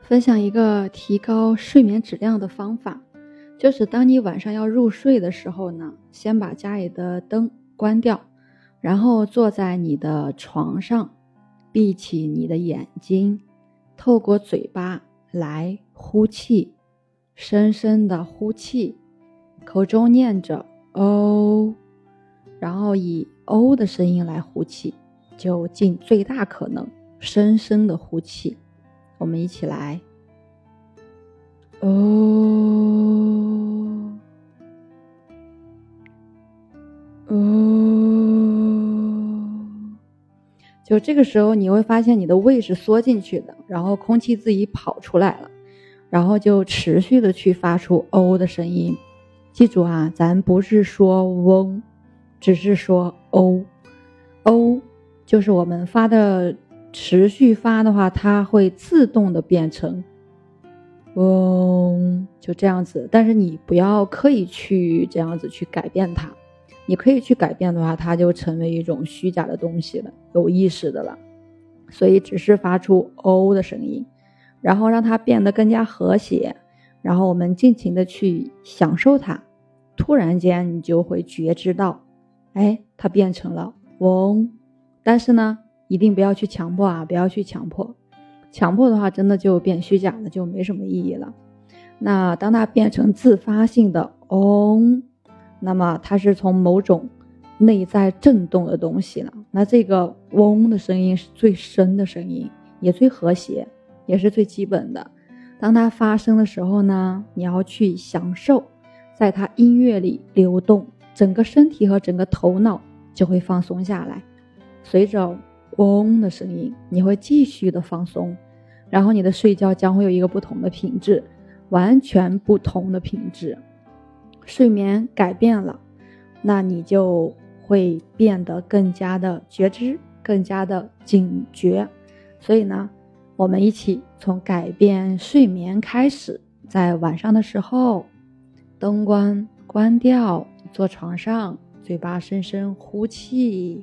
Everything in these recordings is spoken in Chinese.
分享一个提高睡眠质量的方法，就是当你晚上要入睡的时候呢，先把家里的灯关掉，然后坐在你的床上，闭起你的眼睛，透过嘴巴来呼气，深深的呼气，口中念着哦，然后以哦的声音来呼气，就尽最大可能深的呼气。我们一起来哦，就这个时候你会发现你的胃是缩进去的，然后空气自己跑出来了，然后就持续的去发出哦的声音。记住啊，咱不是说嗡，只是说哦。哦就是我们发的持续发的话，它会自动的变成嗡，就这样子。但是你不要刻意去这样子去改变它，你可以去改变的话，它就成为一种虚假的东西了，有意识的了。所以只是发出哦的声音，然后让它变得更加和谐，然后我们尽情的去享受它。突然间你就会觉知到，它变成了嗡。但是呢，一定不要去强迫啊，不要去强迫。强迫的话真的就变虚假了，就没什么意义了。那当它变成自发性的嗡，那么它是从某种内在震动的东西了。那这个嗡的声音是最深的声音，也最和谐，也是最基本的。当它发生的时候呢，你要去享受在它音乐里流动，整个身体和整个头脑就会放松下来。随着嗡的声音，你会继续的放松，然后你的睡觉将会有一个不同的品质，完全不同的品质。睡眠改变了，那你就会变得更加的觉知，更加的警觉。所以呢，我们一起从改变睡眠开始，在晚上的时候，灯关掉，坐床上，嘴巴深深呼气。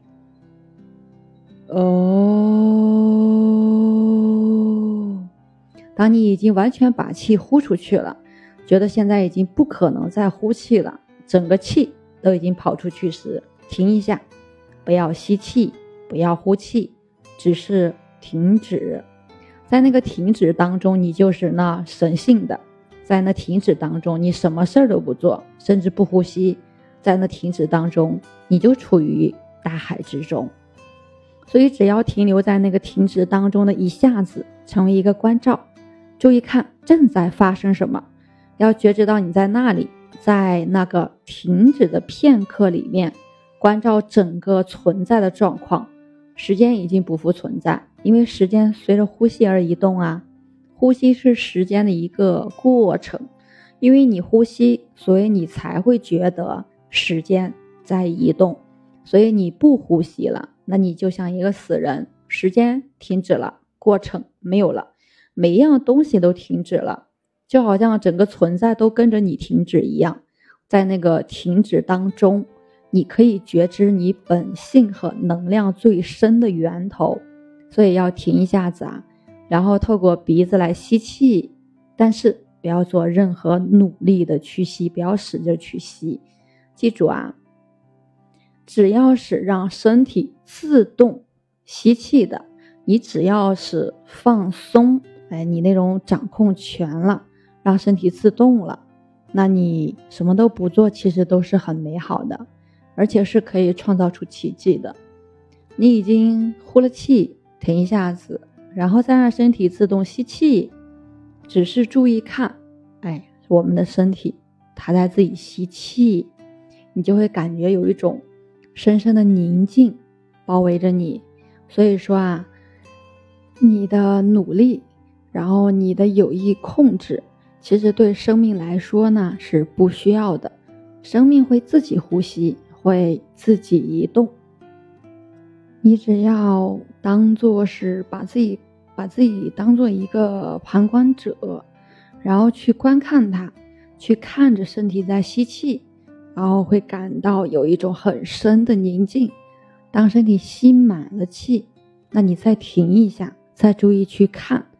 当你已经完全把气呼出去了，觉得现在已经不可能再呼气了，整个气都已经跑出去时，停一下，不要吸气，不要呼气，只是停止。在那个停止当中，你就是那神性的。在那停止当中，你什么事儿都不做，甚至不呼吸。在那停止当中，你就处于大海之中。所以只要停留在那个停止当中的一下子，成为一个关照，注意看正在发生什么，要觉知到你在那里，在那个停止的片刻里面，关照整个存在的状况。时间已经不复存在，因为时间随着呼吸而移动啊，呼吸是时间的一个过程，因为你呼吸，所以你才会觉得时间在移动。所以你不呼吸了，那你就像一个死人，时间停止了，过程没有了，每一样东西都停止了，就好像整个存在都跟着你停止一样。在那个停止当中，你可以觉知你本性和能量最深的源头。所以要停一下子啊，然后透过鼻子来吸气，但是不要做任何努力的去吸，不要使劲去吸。记住啊，只要是让身体自动吸气的，你只要是放松，你那种掌控权了，让身体自动了，那你什么都不做，其实都是很美好的，而且是可以创造出奇迹的。你已经呼了气，停一下子，然后再让身体自动吸气，只是注意看，我们的身体它在自己吸气，你就会感觉有一种深深的宁静包围着你。所以说啊，你的努力，然后你的有意控制，其实对生命来说呢是不需要的。生命会自己呼吸，会自己移动。你只要当作是把自己当作一个旁观者，然后去观看它，去看着身体在吸气，然后会感到有一种很深的宁静。当身体吸满了气，那你再停一下，再注意去看，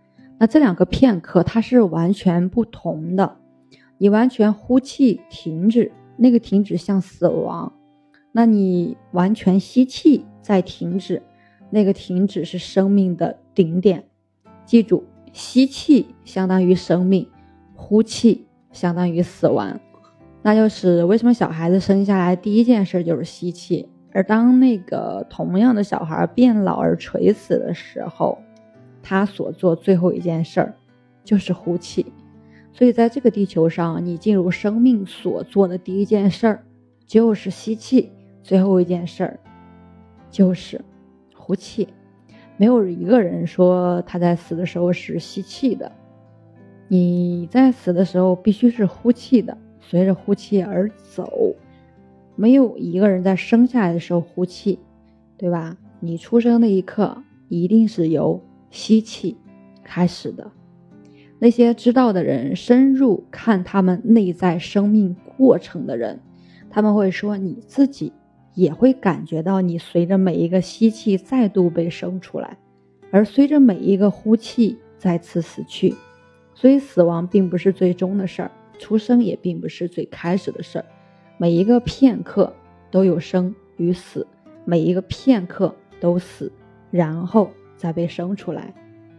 那这两个片刻它是完全不同的。你完全呼气停止，那个停止像死亡，那你完全吸气再停止，那个停止是生命的顶点。记住，吸气相当于生命，呼气相当于死亡。那就是为什么小孩子生下来第一件事就是吸气，而当那个同样的小孩变老而垂死的时候，他所做最后一件事就是呼气。所以在这个地球上，你进入生命所做的第一件事就是吸气，最后一件事就是呼气。没有一个人说他在死的时候是吸气的，你在死的时候必须是呼气的，随着呼气而走。没有一个人在生下来的时候呼气，对吧？你出生那一刻一定是由吸气开始的。那些知道的人，深入看他们内在生命过程的人，他们会说你自己也会感觉到你随着每一个吸气再度被生出来，而随着每一个呼气再次死去。所以死亡并不是最终的事儿，出生也并不是最开始的事儿。每一个片刻都有生与死，每一个片刻都死，然后再被生出来。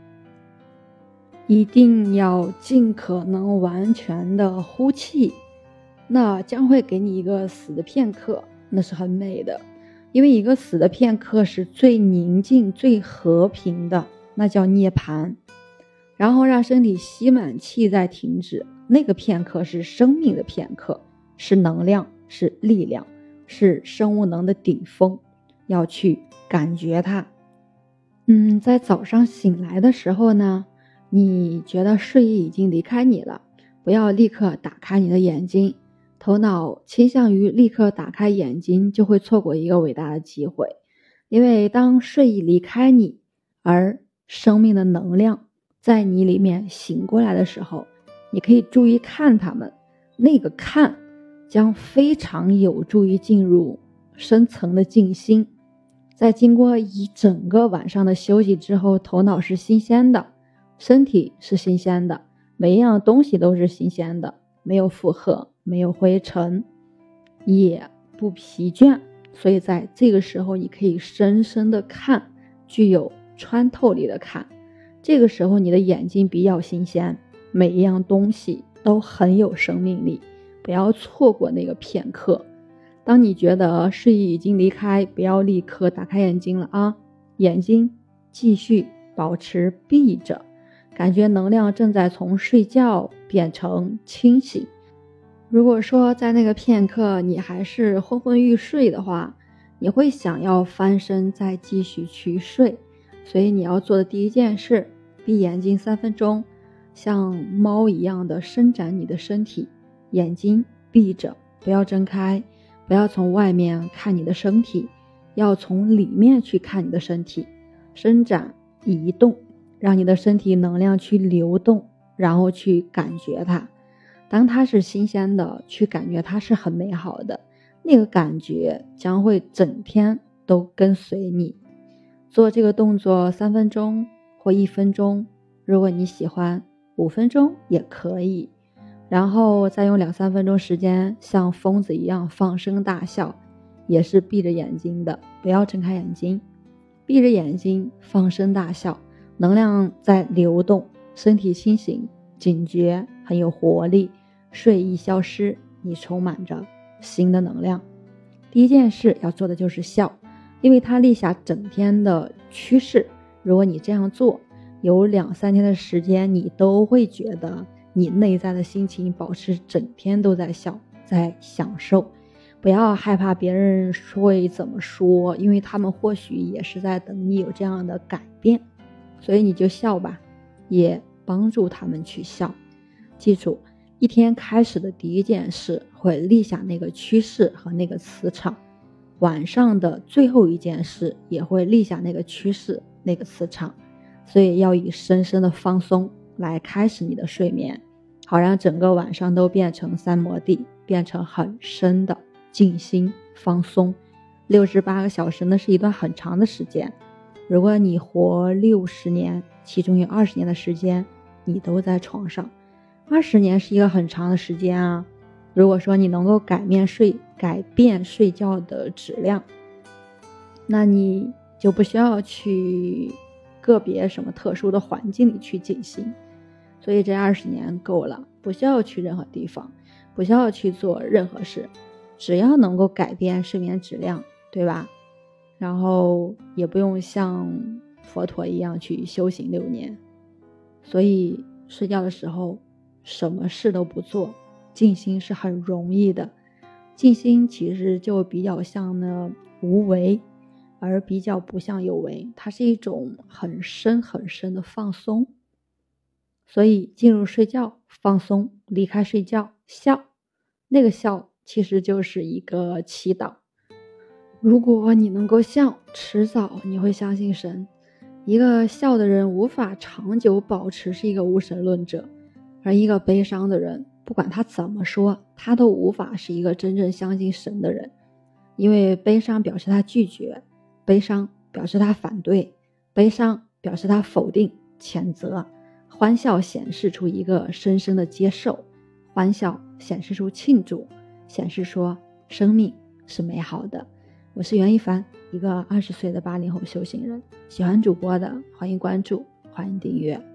一定要尽可能完全的呼气，那将会给你一个死的片刻，那是很美的。因为一个死的片刻是最宁静最和平的，那叫涅槃。然后让身体吸满气再停止，那个片刻是生命的片刻，是能量，是力量，是生物能的顶峰，要去感觉它。在早上醒来的时候呢，你觉得睡意已经离开你了，不要立刻打开你的眼睛。头脑倾向于立刻打开眼睛，就会错过一个伟大的机会。因为当睡意离开你，而生命的能量在你里面醒过来的时候，你可以注意看它们，那个看将非常有助于进入深层的静心。在经过一整个晚上的休息之后，头脑是新鲜的，身体是新鲜的，每一样东西都是新鲜的，没有负荷，没有灰尘，也不疲倦。所以在这个时候你可以深深的看，具有穿透力的看。这个时候你的眼睛比较新鲜，每一样东西都很有生命力，不要错过那个片刻。当你觉得睡意已经离开，不要立刻打开眼睛了啊，眼睛继续保持闭着，感觉能量正在从睡觉变成清醒。如果说在那个片刻你还是昏昏欲睡的话，你会想要翻身再继续去睡。所以你要做的第一件事，闭眼睛3分钟，像猫一样的伸展你的身体，眼睛闭着，不要睁开，不要从外面看你的身体，要从里面去看你的身体，伸展移动，让你的身体能量去流动，然后去感觉它。当它是新鲜的，去感觉它是很美好的，那个感觉将会整天都跟随你。做这个动作3分钟或1分钟，如果你喜欢5分钟也可以，然后再用2-3分钟时间像疯子一样放声大笑，也是闭着眼睛的，不要睁开眼睛，闭着眼睛放声大笑，能量在流动，身体清醒警觉，很有活力，睡意消失，你充满着新的能量。第一件事要做的就是笑，因为它立下整天的趋势。如果你这样做，有2-3天的时间，你都会觉得你内在的心情保持整天都在笑，在享受。不要害怕别人会怎么说，因为他们或许也是在等你有这样的改变，所以你就笑吧，也帮助他们去笑。记住，一天开始的第一件事会立下那个趋势和那个磁场，晚上的最后一件事也会立下那个趋势那个磁场。所以要以深深的放松来开始你的睡眠，好让整个晚上都变成三摩地，变成很深的静心放松。6至8个小时呢是一段很长的时间，如果你活60年，其中有20年的时间你都在床上。20年是一个很长的时间啊。如果说你能够改变睡觉的质量，那你就不需要去个别什么特殊的环境里去进行。所以这20年够了，不需要去任何地方，不需要去做任何事，只要能够改变睡眠质量，对吧？然后也不用像佛陀一样去修行6年。所以睡觉的时候什么事都不做，静心是很容易的。静心其实就比较像呢无为，而比较不像有为，它是一种很深很深的放松。所以进入睡觉放松，离开睡觉笑，那个笑其实就是一个祈祷。如果你能够笑，迟早你会相信神。一个笑的人无法长久保持是一个无神论者，而一个悲伤的人，不管他怎么说，他都无法是一个真正相信神的人。因为悲伤表示他拒绝，悲伤表示他反对，悲伤表示他否定、谴责，欢笑显示出一个深深的接受，欢笑显示出庆祝，显示说生命是美好的。我是袁一凡，一个20岁的80后修行人。喜欢主播的欢迎关注，欢迎订阅。